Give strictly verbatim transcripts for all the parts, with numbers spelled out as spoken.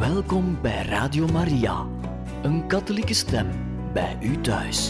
Welkom bij Radio Maria, een katholieke stem bij u thuis.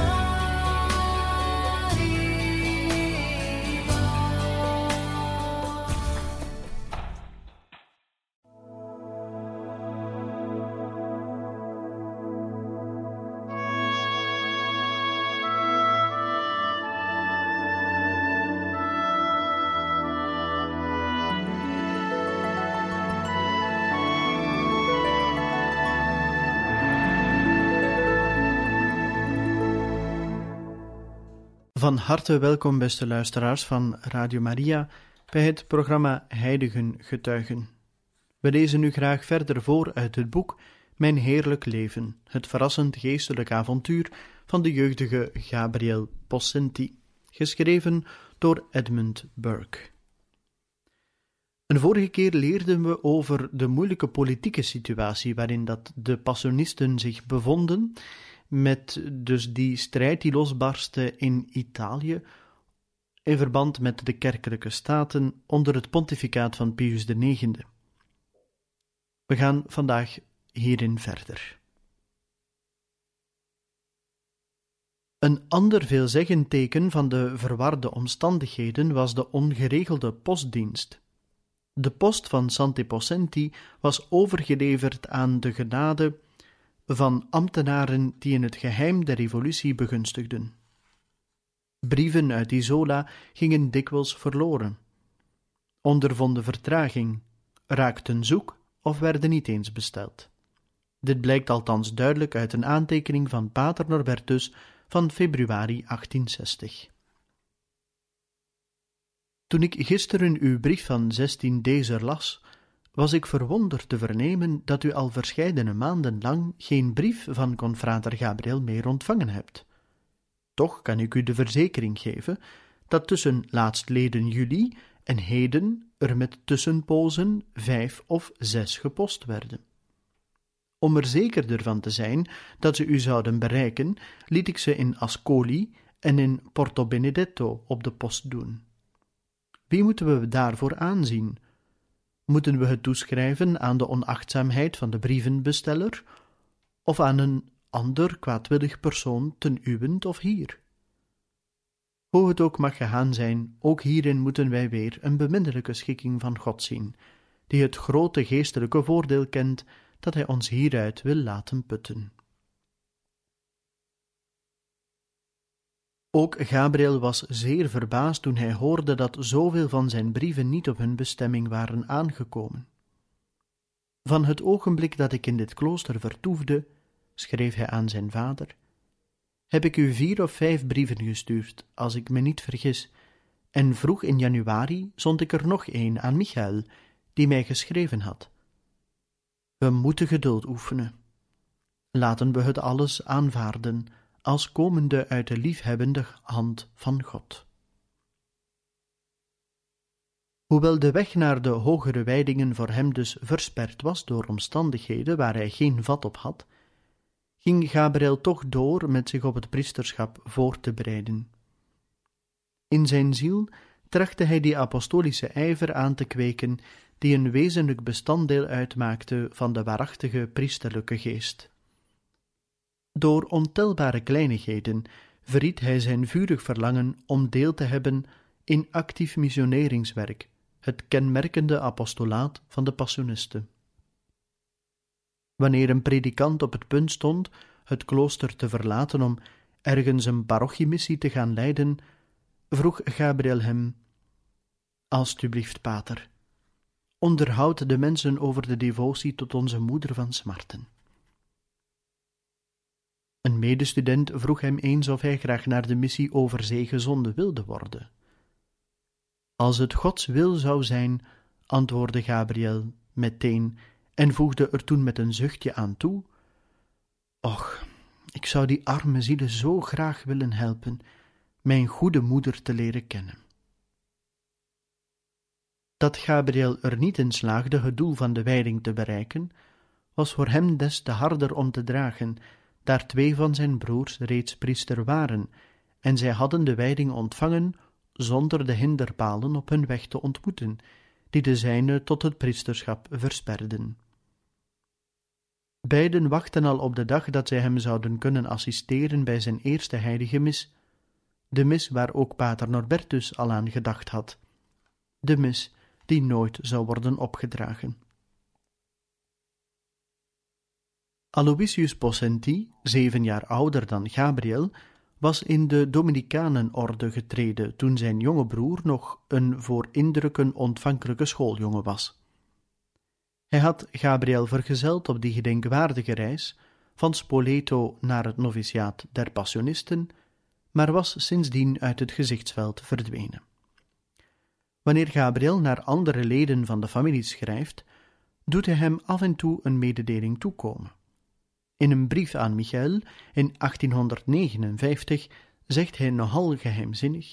Van harte welkom, beste luisteraars van Radio Maria, bij het programma Heiligen Getuigen. We lezen nu graag verder voor uit het boek Mijn Heerlijk Leven, het verrassend geestelijk avontuur van de jeugdige Gabriel Possenti, geschreven door Edmund Burke. Een vorige keer leerden we over de moeilijke politieke situatie waarin dat de Passionisten zich bevonden, met dus die strijd die losbarstte in Italië in verband met de kerkelijke staten onder het pontificaat van Pius de negende. We gaan vandaag hierin verder. Een ander veelzeggend teken van de verwarde omstandigheden was de ongeregelde postdienst. De post van Santi Possenti was overgeleverd aan de genade van ambtenaren die in het geheim de revolutie begunstigden. Brieven uit Isola gingen dikwijls verloren, ondervonden vertraging, raakten zoek of werden niet eens besteld. Dit blijkt althans duidelijk uit een aantekening van Pater Norbertus van februari achttienhonderdzestig. Toen ik gisteren uw brief van zestien dezer las, was ik verwonderd te vernemen dat u al verscheidene maanden lang geen brief van confrater Gabriel meer ontvangen hebt. Toch kan ik u de verzekering geven dat tussen laatstleden juli en heden er met tussenpozen vijf of zes gepost werden. Om er zekerder van te zijn dat ze u zouden bereiken, liet ik ze in Ascoli en in Porto Benedetto op de post doen. Wie moeten we daarvoor aanzien? Moeten we het toeschrijven aan de onachtzaamheid van de brievenbesteller of aan een ander kwaadwillig persoon ten uwent of hier? Hoe het ook mag gegaan zijn, ook hierin moeten wij weer een beminnelijke schikking van God zien, die het grote geestelijke voordeel kent dat hij ons hieruit wil laten putten. Ook Gabriel was zeer verbaasd toen hij hoorde dat zoveel van zijn brieven niet op hun bestemming waren aangekomen. Van het ogenblik dat ik in dit klooster vertoefde, schreef hij aan zijn vader, heb ik u vier of vijf brieven gestuurd, als ik me niet vergis, en vroeg in januari zond ik er nog een aan Michael, die mij geschreven had. We moeten geduld oefenen. Laten we het alles aanvaarden, als komende uit de liefhebbende hand van God. Hoewel de weg naar de hogere wijdingen voor hem dus versperd was door omstandigheden waar hij geen vat op had, ging Gabriel toch door met zich op het priesterschap voor te bereiden. In zijn ziel trachtte hij die apostolische ijver aan te kweken die een wezenlijk bestanddeel uitmaakte van de waarachtige priesterlijke geest. Door ontelbare kleinigheden verried hij zijn vurig verlangen om deel te hebben in actief missioneringswerk, het kenmerkende apostolaat van de Passionisten. Wanneer een predikant op het punt stond het klooster te verlaten om ergens een parochiemissie te gaan leiden, vroeg Gabriel hem, alstublieft, pater, onderhoud de mensen over de devotie tot onze moeder van smarten. Een medestudent vroeg hem eens of hij graag naar de missie over zee gezonden wilde worden. Als het Gods wil zou zijn, antwoordde Gabriel meteen en voegde er toen met een zuchtje aan toe, och, ik zou die arme zielen zo graag willen helpen, mijn goede moeder te leren kennen. Dat Gabriel er niet in slaagde het doel van de wijding te bereiken, was voor hem des te harder om te dragen, daar twee van zijn broers reeds priester waren, en zij hadden de wijding ontvangen zonder de hinderpalen op hun weg te ontmoeten, die de zijne tot het priesterschap versperden. Beiden wachten al op de dag dat zij hem zouden kunnen assisteren bij zijn eerste heilige mis, de mis waar ook pater Norbertus al aan gedacht had, de mis die nooit zou worden opgedragen. Aloysius Possenti, zeven jaar ouder dan Gabriel, was in de Dominicanenorde getreden toen zijn jonge broer nog een voor indrukken ontvankelijke schooljongen was. Hij had Gabriel vergezeld op die gedenkwaardige reis van Spoleto naar het noviciaat der Passionisten, maar was sindsdien uit het gezichtsveld verdwenen. Wanneer Gabriel naar andere leden van de familie schrijft, doet hij hem af en toe een mededeling toekomen. In een brief aan Michael in achttienhonderdnegenenvijftig zegt hij nogal geheimzinnig: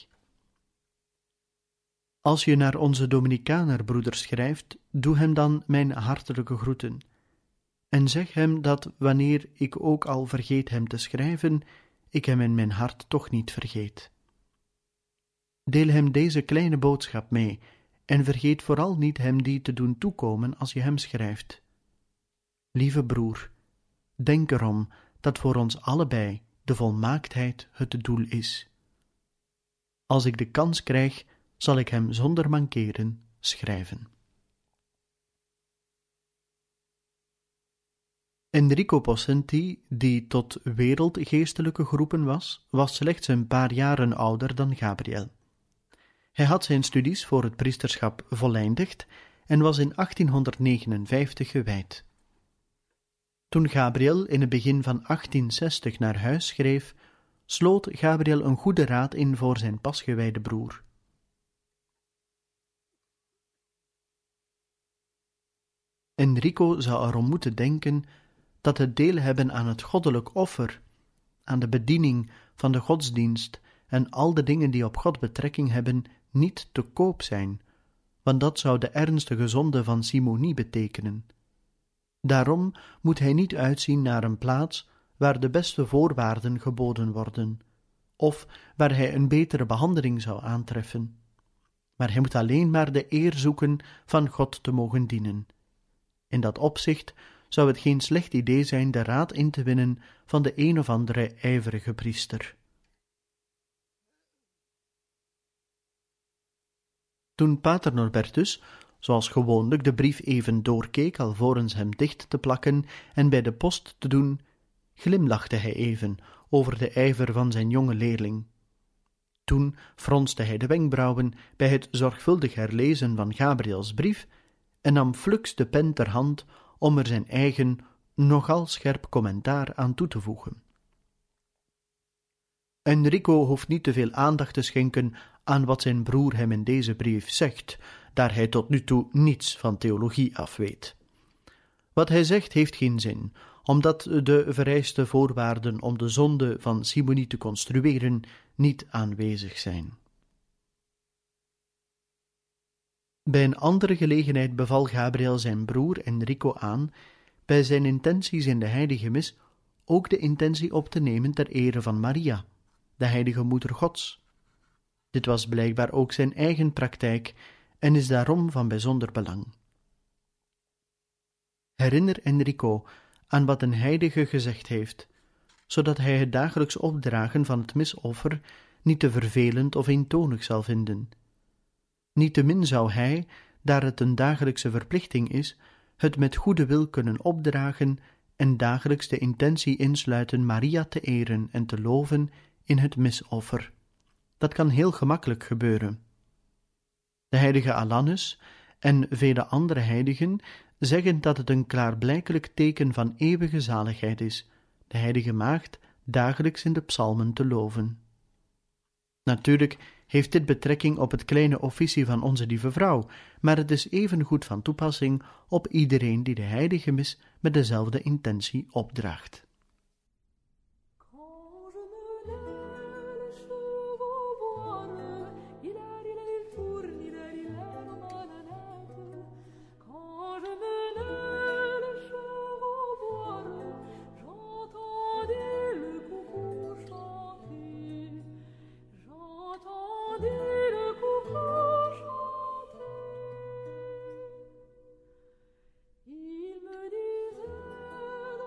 Als je naar onze Dominikanerbroeder schrijft, doe hem dan mijn hartelijke groeten, en zeg hem dat, wanneer ik ook al vergeet hem te schrijven, ik hem in mijn hart toch niet vergeet. Deel hem deze kleine boodschap mee, en vergeet vooral niet hem die te doen toekomen als je hem schrijft. Lieve broer, denk erom dat voor ons allebei de volmaaktheid het doel is. Als ik de kans krijg, zal ik hem zonder mankeren schrijven. Enrico Possenti, die tot wereldgeestelijke geroepen was, was slechts een paar jaren ouder dan Gabriel. Hij had zijn studies voor het priesterschap voleindigd en was in achttienhonderdnegenenvijftig gewijd. Toen Gabriel in het begin van achttienzestig naar huis schreef, sloot Gabriel een goede raad in voor zijn pasgewijde broer. Enrico zou erom moeten denken dat het deel hebben aan het goddelijk offer, aan de bediening van de godsdienst en al de dingen die op God betrekking hebben, niet te koop zijn, want dat zou de ernstige zonde van simonie betekenen. Daarom moet hij niet uitzien naar een plaats waar de beste voorwaarden geboden worden, of waar hij een betere behandeling zou aantreffen. Maar hij moet alleen maar de eer zoeken van God te mogen dienen. In dat opzicht zou het geen slecht idee zijn de raad in te winnen van de een of andere ijverige priester. Toen pater Norbertus, zoals gewoonlijk, de brief even doorkeek alvorens hem dicht te plakken en bij de post te doen, glimlachte hij even over de ijver van zijn jonge leerling. Toen fronste hij de wenkbrauwen bij het zorgvuldig herlezen van Gabriels brief en nam fluks de pen ter hand om er zijn eigen, nogal scherp commentaar aan toe te voegen. Enrico hoeft niet te veel aandacht te schenken aan wat zijn broer hem in deze brief zegt, daar hij tot nu toe niets van theologie afweet. Wat hij zegt heeft geen zin, omdat de vereiste voorwaarden om de zonde van simonie te construeren niet aanwezig zijn. Bij een andere gelegenheid beval Gabriel zijn broer Enrico aan bij zijn intenties in de heilige mis ook de intentie op te nemen ter ere van Maria, de heilige moeder Gods. Dit was blijkbaar ook zijn eigen praktijk en is daarom van bijzonder belang. Herinner Enrico aan wat een heilige gezegd heeft, zodat hij het dagelijks opdragen van het misoffer niet te vervelend of eentonig zal vinden. Niettemin zou hij, daar het een dagelijkse verplichting is, het met goede wil kunnen opdragen en dagelijks de intentie insluiten Maria te eren en te loven in het misoffer. Dat kan heel gemakkelijk gebeuren. De heilige Alanus en vele andere heiligen zeggen dat het een klaarblijkelijk teken van eeuwige zaligheid is, de heilige maagd dagelijks in de psalmen te loven. Natuurlijk heeft dit betrekking op het kleine officie van onze lieve vrouw, maar het is evengoed van toepassing op iedereen die de heilige mis met dezelfde intentie opdraagt. Il me disait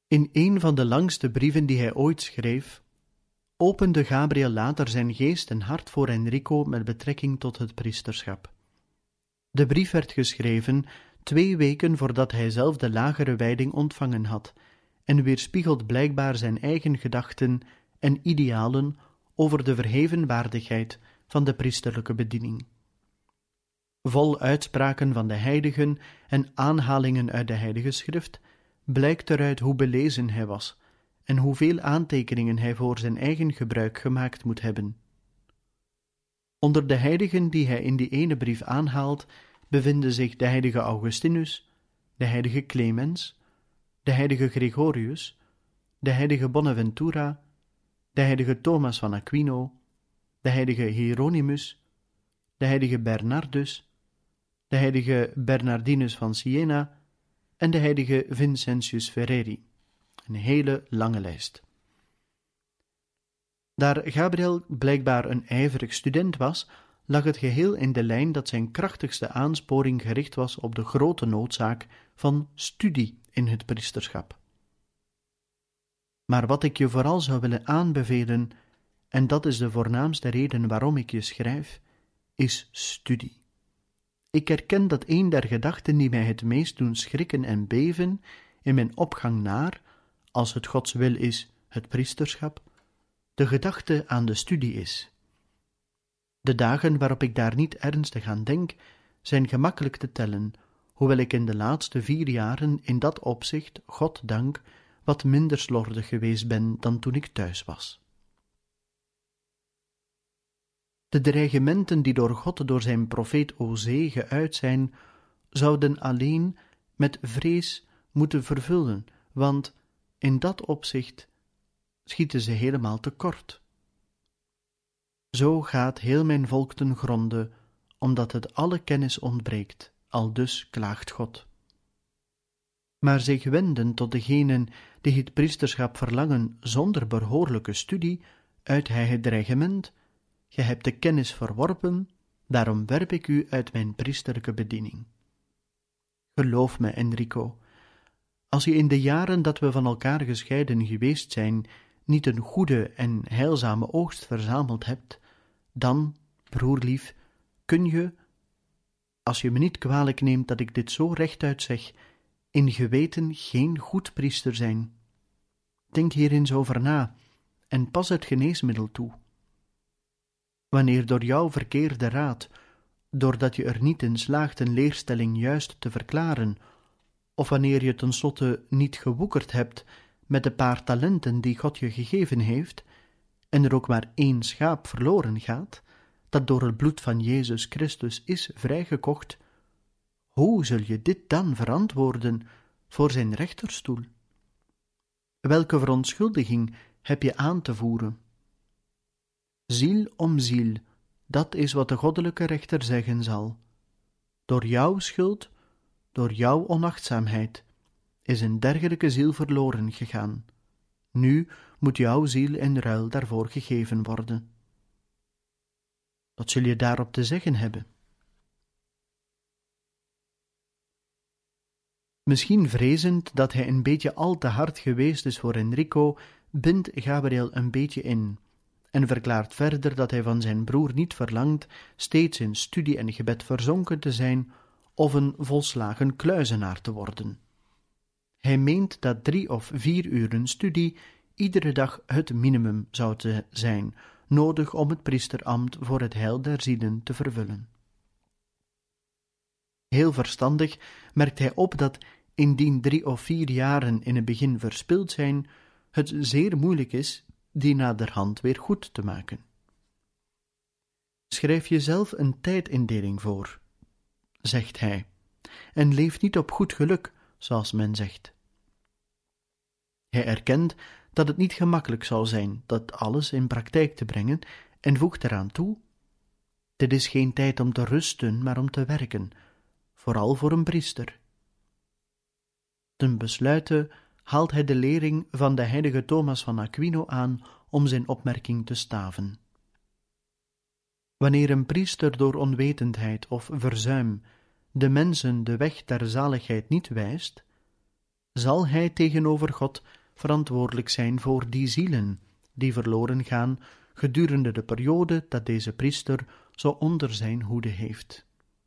In een van de langste brieven die hij ooit schreef, opende Gabriel later zijn geest en hart voor Enrico met betrekking tot het priesterschap. De brief werd geschreven twee weken voordat hij zelf de lagere wijding ontvangen had en weerspiegelt blijkbaar zijn eigen gedachten en idealen over de verheven waardigheid van de priesterlijke bediening. Vol uitspraken van de heiligen en aanhalingen uit de Heilige Schrift blijkt eruit hoe belezen hij was en hoeveel aantekeningen hij voor zijn eigen gebruik gemaakt moet hebben. Onder de heiligen die hij in die ene brief aanhaalt, bevinden zich de heilige Augustinus, de heilige Clemens, de heilige Gregorius, de heilige Bonaventura, de heilige Thomas van Aquino, de heilige Hieronymus, de heilige Bernardus, de heilige Bernardinus van Siena en de heilige Vincentius Ferreri. Een hele lange lijst. Daar Gabriel blijkbaar een ijverig student was, lag het geheel in de lijn dat zijn krachtigste aansporing gericht was op de grote noodzaak van studie in het priesterschap. Maar wat ik je vooral zou willen aanbevelen, en dat is de voornaamste reden waarom ik je schrijf, is studie. Ik erken dat een der gedachten die mij het meest doen schrikken en beven in mijn opgang naar, als het Gods wil is, het priesterschap, de gedachte aan de studie is. De dagen waarop ik daar niet ernstig aan denk, zijn gemakkelijk te tellen, hoewel ik in de laatste vier jaren in dat opzicht, God dank, wat minder slordig geweest ben dan toen ik thuis was. De dreigementen die door God door zijn profeet Osee geuit zijn, zouden alleen met vrees moeten vervullen, want in dat opzicht schieten ze helemaal tekort. Zo gaat heel mijn volk ten gronde, omdat het alle kennis ontbreekt, aldus klaagt God. Maar zich wenden tot degenen die het priesterschap verlangen zonder behoorlijke studie, uit hij het dreigement: Ge hebt de kennis verworpen, daarom werp ik u uit mijn priesterlijke bediening. Geloof me, Enrico, als je in de jaren dat we van elkaar gescheiden geweest zijn, niet een goede en heilzame oogst verzameld hebt, dan, broerlief, kun je, als je me niet kwalijk neemt dat ik dit zo rechtuit zeg, in geweten geen goed priester zijn. Denk hier eens over na en pas het geneesmiddel toe. Wanneer door jouw verkeerde raad, doordat je er niet in slaagt een leerstelling juist te verklaren, of wanneer je tenslotte niet gewoekerd hebt met de paar talenten die God je gegeven heeft, en er ook maar één schaap verloren gaat, dat door het bloed van Jezus Christus is vrijgekocht, hoe zul je dit dan verantwoorden voor zijn rechterstoel? Welke verontschuldiging heb je aan te voeren? Ziel om ziel, dat is wat de goddelijke rechter zeggen zal. Door jouw schuld, door jouw onachtzaamheid, is een dergelijke ziel verloren gegaan. Nu moet jouw ziel in ruil daarvoor gegeven worden. Wat zul je daarop te zeggen hebben? Misschien vrezend dat hij een beetje al te hard geweest is voor Enrico, bindt Gabriel een beetje in en verklaart verder dat hij van zijn broer niet verlangt steeds in studie en gebed verzonken te zijn of een volslagen kluizenaar te worden. Hij meent dat drie of vier uren studie iedere dag het minimum zou te zijn, nodig om het priesterambt voor het heil der zielen te vervullen. Heel verstandig merkt hij op dat, indien drie of vier jaren in het begin verspild zijn, het zeer moeilijk is die naderhand weer goed te maken. Schrijf jezelf een tijdindeling voor, zegt hij, en leef niet op goed geluk, zoals men zegt. Hij erkent dat het niet gemakkelijk zal zijn dat alles in praktijk te brengen en voegt eraan toe: dit is geen tijd om te rusten, maar om te werken, vooral voor een priester. Ten besluite haalt hij de lering van de heilige Thomas van Aquino aan om zijn opmerking te staven. Wanneer een priester door onwetendheid of verzuim de mensen de weg der zaligheid niet wijst, zal hij tegenover God verantwoordelijk zijn voor die zielen die verloren gaan gedurende de periode dat deze priester zo onder zijn hoede heeft.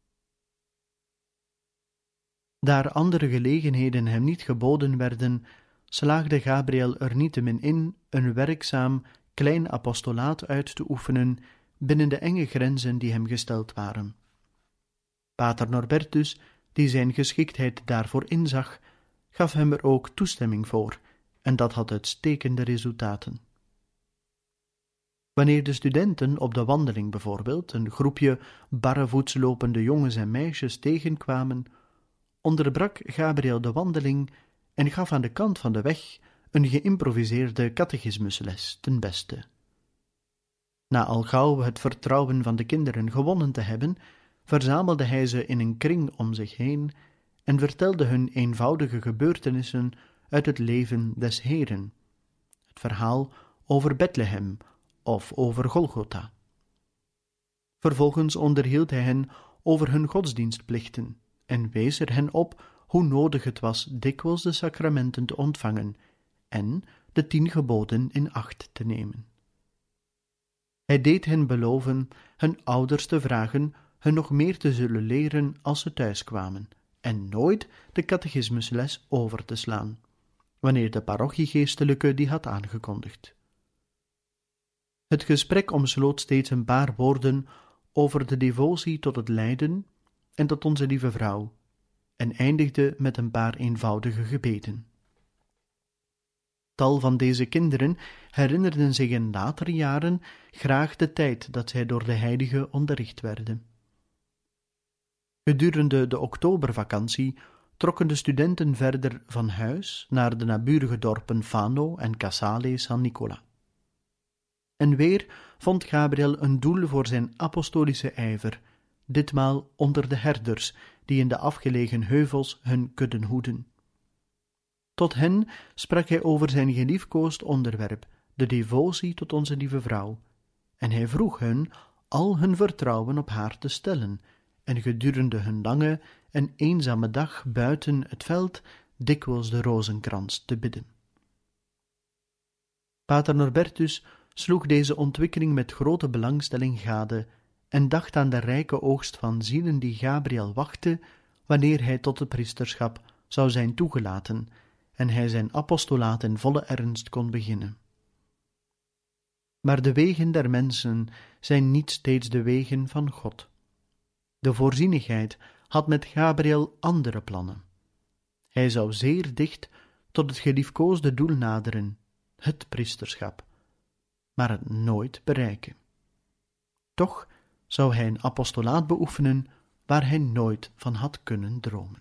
Daar andere gelegenheden hem niet geboden werden, slaagde Gabriel er niettemin in een werkzaam klein apostolaat uit te oefenen binnen de enge grenzen die hem gesteld waren. Pater Norbertus, die zijn geschiktheid daarvoor inzag, gaf hem er ook toestemming voor, en dat had uitstekende resultaten. Wanneer de studenten op de wandeling bijvoorbeeld een groepje barrevoets lopende jongens en meisjes tegenkwamen, onderbrak Gabriel de wandeling en gaf aan de kant van de weg een geïmproviseerde catechismusles ten beste. Na al gauw het vertrouwen van de kinderen gewonnen te hebben, verzamelde hij ze in een kring om zich heen en vertelde hun eenvoudige gebeurtenissen uit het leven des Heeren, het verhaal over Bethlehem of over Golgotha. Vervolgens onderhield hij hen over hun godsdienstplichten en wees er hen op hoe nodig het was dikwijls de sacramenten te ontvangen en de tien geboden in acht te nemen. Hij deed hen beloven hun ouders te vragen hun nog meer te zullen leren als ze thuiskwamen en nooit de catechismusles over te slaan, wanneer de parochiegeestelijke die had aangekondigd. Het gesprek omsloot steeds een paar woorden over de devotie tot het lijden en tot onze lieve vrouw, en eindigde met een paar eenvoudige gebeden. Tal van deze kinderen herinnerden zich in latere jaren graag de tijd dat zij door de heilige onderricht werden. Gedurende de oktobervakantie trokken de studenten verder van huis naar de naburige dorpen Fano en Casale San Nicola. En weer vond Gabriel een doel voor zijn apostolische ijver, ditmaal onder de herders die in de afgelegen heuvels hun kudden hoeden. Tot hen sprak hij over zijn geliefkoosd onderwerp, de devotie tot onze lieve vrouw, en hij vroeg hun al hun vertrouwen op haar te stellen en gedurende hun lange en eenzame dag buiten het veld dikwijls de rozenkrans te bidden. Pater Norbertus sloeg deze ontwikkeling met grote belangstelling gade en dacht aan de rijke oogst van zielen die Gabriel wachtte wanneer hij tot het priesterschap zou zijn toegelaten en hij zijn apostolaat in volle ernst kon beginnen. Maar de wegen der mensen zijn niet steeds de wegen van God. De voorzienigheid had met Gabriel andere plannen. Hij zou zeer dicht tot het geliefkoosde doel naderen, het priesterschap, maar het nooit bereiken. Toch zou hij een apostolaat beoefenen waar hij nooit van had kunnen dromen.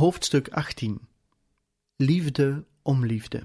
Hoofdstuk achttien. Liefde om liefde.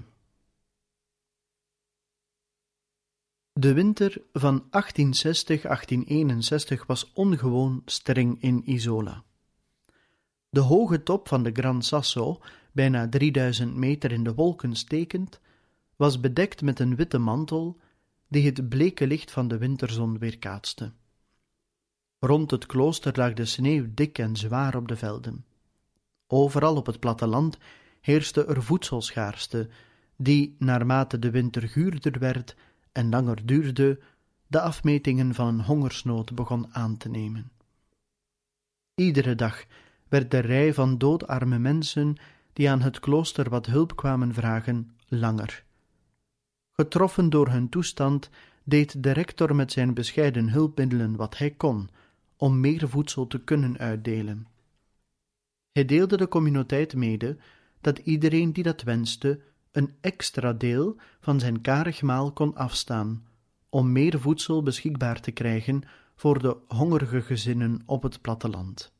De winter van achttien zestig achttien eenenzestig was ongewoon streng in Isola. De hoge top van de Gran Sasso, bijna drieduizend meter in de wolken stekend, was bedekt met een witte mantel die het bleke licht van de winterzon weerkaatste. Rond het klooster lag de sneeuw dik en zwaar op de velden. Overal op het platteland heerste er voedselschaarste, die, naarmate de winter guurder werd en langer duurde, de afmetingen van een hongersnood begon aan te nemen. Iedere dag werd de rij van doodarme mensen die aan het klooster wat hulp kwamen vragen langer. Getroffen door hun toestand deed de rector met zijn bescheiden hulpmiddelen wat hij kon om meer voedsel te kunnen uitdelen. Hij deelde de communiteit mede dat iedereen die dat wenste een extra deel van zijn karig maal kon afstaan, om meer voedsel beschikbaar te krijgen voor de hongerige gezinnen op het platteland.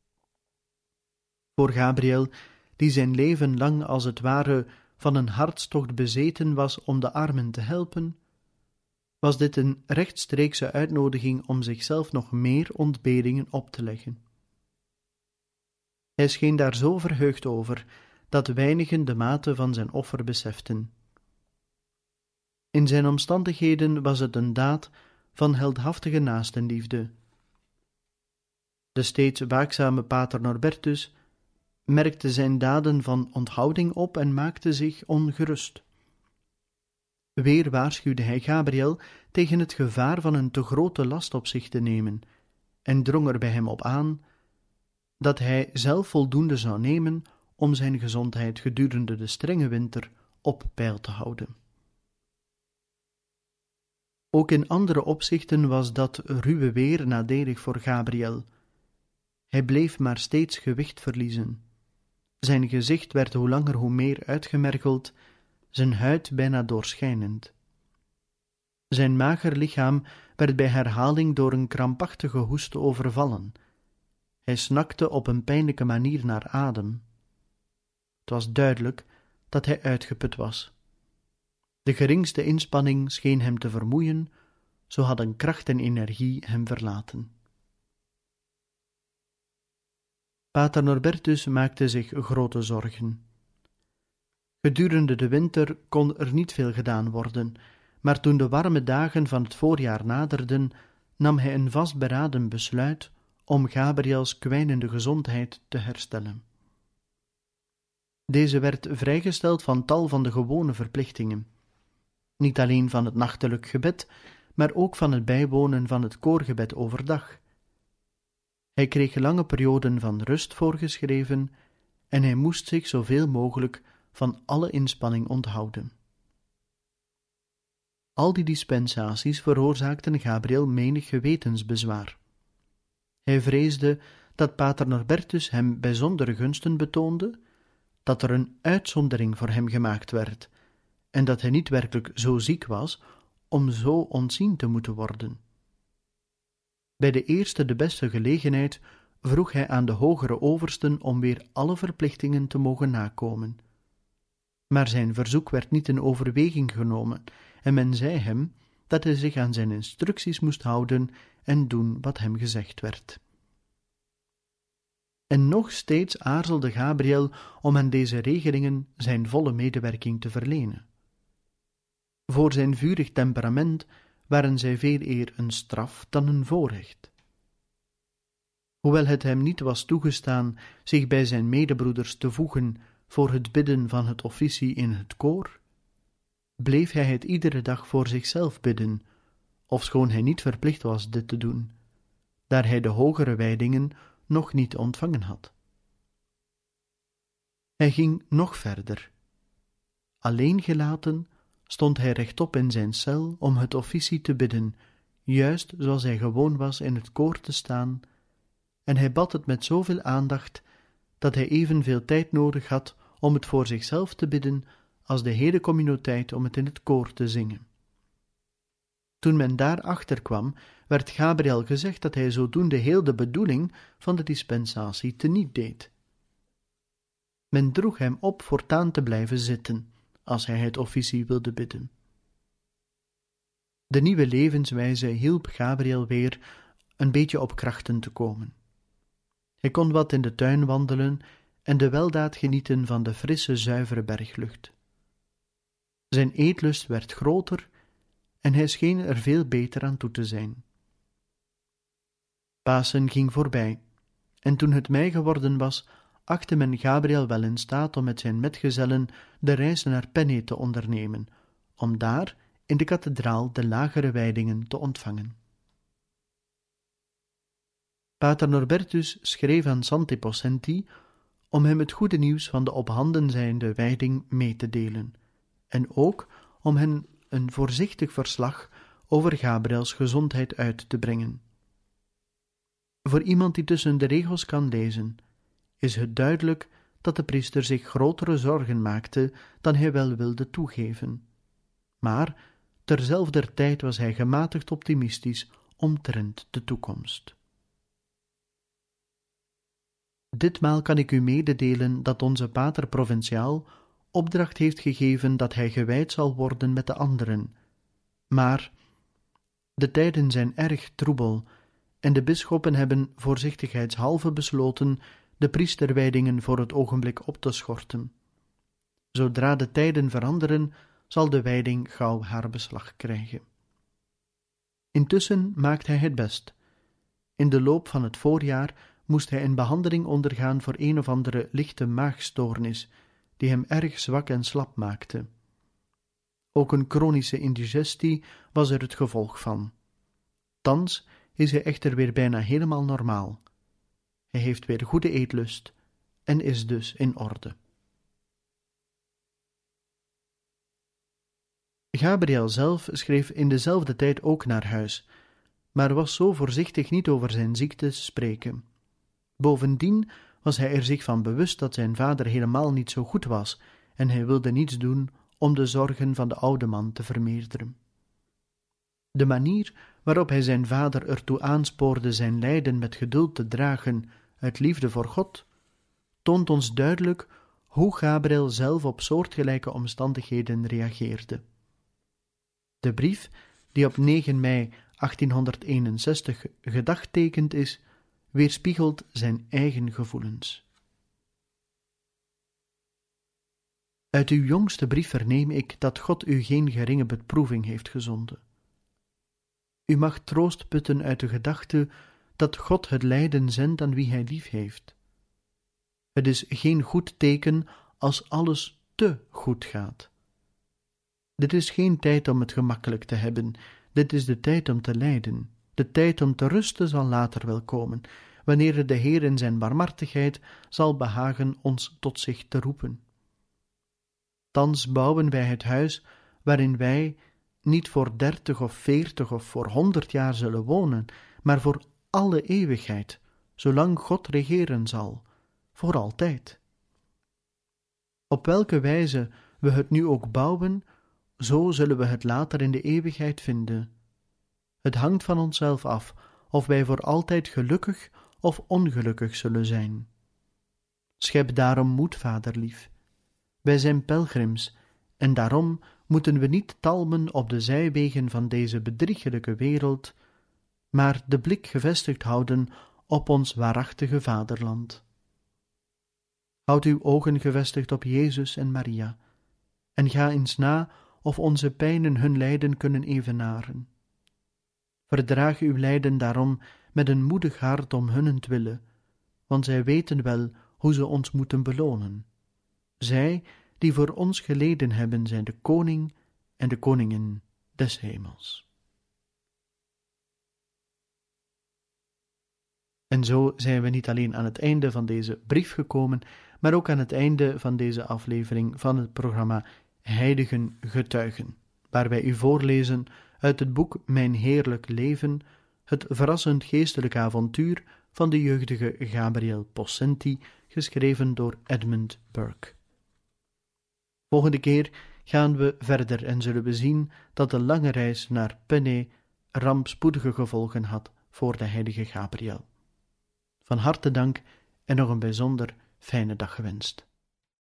Voor Gabriel, die zijn leven lang als het ware van een hartstocht bezeten was om de armen te helpen, was dit een rechtstreekse uitnodiging om zichzelf nog meer ontberingen op te leggen. Hij scheen daar zo verheugd over, dat weinigen de mate van zijn offer beseften. In zijn omstandigheden was het een daad van heldhaftige naastenliefde. De steeds waakzame pater Norbertus merkte zijn daden van onthouding op en maakte zich ongerust. Weer waarschuwde hij Gabriel tegen het gevaar van een te grote last op zich te nemen en drong er bij hem op aan dat hij zelf voldoende zou nemen om zijn gezondheid gedurende de strenge winter op peil te houden. Ook in andere opzichten was dat ruwe weer nadelig voor Gabriel. Hij bleef maar steeds gewicht verliezen. Zijn gezicht werd hoe langer hoe meer uitgemergeld, zijn huid bijna doorschijnend. Zijn mager lichaam werd bij herhaling door een krampachtige hoest overvallen. Hij snakte op een pijnlijke manier naar adem. Het was duidelijk dat hij uitgeput was. De geringste inspanning scheen hem te vermoeien, zo hadden kracht en energie hem verlaten. Pater Norbertus maakte zich grote zorgen. Gedurende de winter kon er niet veel gedaan worden, maar toen de warme dagen van het voorjaar naderden, nam hij een vastberaden besluit om Gabriels kwijnende gezondheid te herstellen. Deze werd vrijgesteld van tal van de gewone verplichtingen, niet alleen van het nachtelijk gebed, maar ook van het bijwonen van het koorgebed overdag. Hij kreeg lange perioden van rust voorgeschreven en hij moest zich zoveel mogelijk van alle inspanning onthouden. Al die dispensaties veroorzaakten Gabriel menig gewetensbezwaar. Hij vreesde dat pater Norbertus hem bijzondere gunsten betoonde, dat er een uitzondering voor hem gemaakt werd en dat hij niet werkelijk zo ziek was om zo ontzien te moeten worden. Bij de eerste de beste gelegenheid vroeg hij aan de hogere oversten om weer alle verplichtingen te mogen nakomen. Maar zijn verzoek werd niet in overweging genomen en men zei hem dat hij zich aan zijn instructies moest houden en doen wat hem gezegd werd. En nog steeds aarzelde Gabriel om aan deze regelingen zijn volle medewerking te verlenen. Voor zijn vurig temperament waren zij veel eer een straf dan een voorrecht. Hoewel het hem niet was toegestaan zich bij zijn medebroeders te voegen voor het bidden van het officie in het koor, bleef hij het iedere dag voor zichzelf bidden, ofschoon hij niet verplicht was dit te doen, daar hij de hogere wijdingen nog niet ontvangen had. Hij ging nog verder. Alleen gelaten stond hij rechtop in zijn cel om het officie te bidden, juist zoals hij gewoon was in het koor te staan, en hij bad het met zoveel aandacht dat hij evenveel tijd nodig had om het voor zichzelf te bidden als de hele communiteit om het in het koor te zingen. Toen men daarachter kwam, werd Gabriel gezegd dat hij zodoende heel de bedoeling van de dispensatie teniet deed. Men droeg hem op voortaan te blijven zitten, als hij het officie wilde bidden. De nieuwe levenswijze hielp Gabriel weer een beetje op krachten te komen. Hij kon wat in de tuin wandelen en de weldaad genieten van de frisse, zuivere berglucht. Zijn eetlust werd groter en hij scheen er veel beter aan toe te zijn. Pasen ging voorbij, en toen het mei geworden was, achtte men Gabriel wel in staat om met zijn metgezellen de reis naar Penne te ondernemen, om daar in de kathedraal de lagere wijdingen te ontvangen. Pater Norbertus schreef aan Santi Possenti om hem het goede nieuws van de op handen zijnde wijding mee te delen, en ook om hen een voorzichtig verslag over Gabriels gezondheid uit te brengen. Voor iemand die tussen de regels kan lezen, is het duidelijk dat de priester zich grotere zorgen maakte dan hij wel wilde toegeven. Maar terzelfder tijd was hij gematigd optimistisch omtrent de toekomst. Ditmaal kan ik u mededelen dat onze pater provinciaal opdracht heeft gegeven dat hij gewijd zal worden met de anderen. Maar de tijden zijn erg troebel en de bisschoppen hebben voorzichtigheidshalve besloten de priesterwijdingen voor het ogenblik op te schorten. Zodra de tijden veranderen, zal de wijding gauw haar beslag krijgen. Intussen maakt hij het best. In de loop van het voorjaar moest hij een behandeling ondergaan voor een of andere lichte maagstoornis, die hem erg zwak en slap maakte. Ook een chronische indigestie was er het gevolg van. Thans is hij echter weer bijna helemaal normaal. Hij heeft weer goede eetlust en is dus in orde. Gabriel zelf schreef in dezelfde tijd ook naar huis, maar was zo voorzichtig niet over zijn ziekte te spreken. Bovendien was hij er zich van bewust dat zijn vader helemaal niet zo goed was en hij wilde niets doen om de zorgen van de oude man te vermeerderen. De manier waarop hij zijn vader ertoe aanspoorde zijn lijden met geduld te dragen uit liefde voor God, toont ons duidelijk hoe Gabriel zelf op soortgelijke omstandigheden reageerde. De brief, die op negen mei achttienhonderdeenenzestig gedagtekend is, weerspiegelt zijn eigen gevoelens. Uit uw jongste brief verneem ik dat God u geen geringe beproeving heeft gezonden. U mag troost putten uit de gedachte dat God het lijden zendt aan wie hij lief heeft. Het is geen goed teken als alles te goed gaat. Dit is geen tijd om het gemakkelijk te hebben, dit is de tijd om te lijden. De tijd om te rusten zal later wel komen, wanneer de Heer in zijn barmhartigheid zal behagen ons tot zich te roepen. Thans bouwen wij het huis waarin wij niet voor dertig of veertig of voor honderd jaar zullen wonen, maar voor alle eeuwigheid, zolang God regeren zal, voor altijd. Op welke wijze we het nu ook bouwen, zo zullen we het later in de eeuwigheid vinden. Het hangt van onszelf af of wij voor altijd gelukkig of ongelukkig zullen zijn. Schep daarom moed, vaderlief. Wij zijn pelgrims, en daarom moeten we niet talmen op de zijwegen van deze bedriegelijke wereld, maar de blik gevestigd houden op ons waarachtige vaderland. Houd uw ogen gevestigd op Jezus en Maria, en ga eens na of onze pijnen hun lijden kunnen evenaren. Verdraag uw lijden daarom met een moedig hart om hunnentwille, want zij weten wel hoe ze ons moeten belonen. Zij die voor ons geleden hebben, zijn de koning en de koningin des hemels. En zo zijn we niet alleen aan het einde van deze brief gekomen, maar ook aan het einde van deze aflevering van het programma Heiligen Getuigen, waar wij u voorlezen uit het boek Mijn Heerlijk Leven, het verrassend geestelijk avontuur van de jeugdige Gabriel Possenti, geschreven door Edmund Burke. Volgende keer gaan we verder en zullen we zien dat de lange reis naar Penne rampspoedige gevolgen had voor de heilige Gabriel. Van harte dank en nog een bijzonder fijne dag gewenst.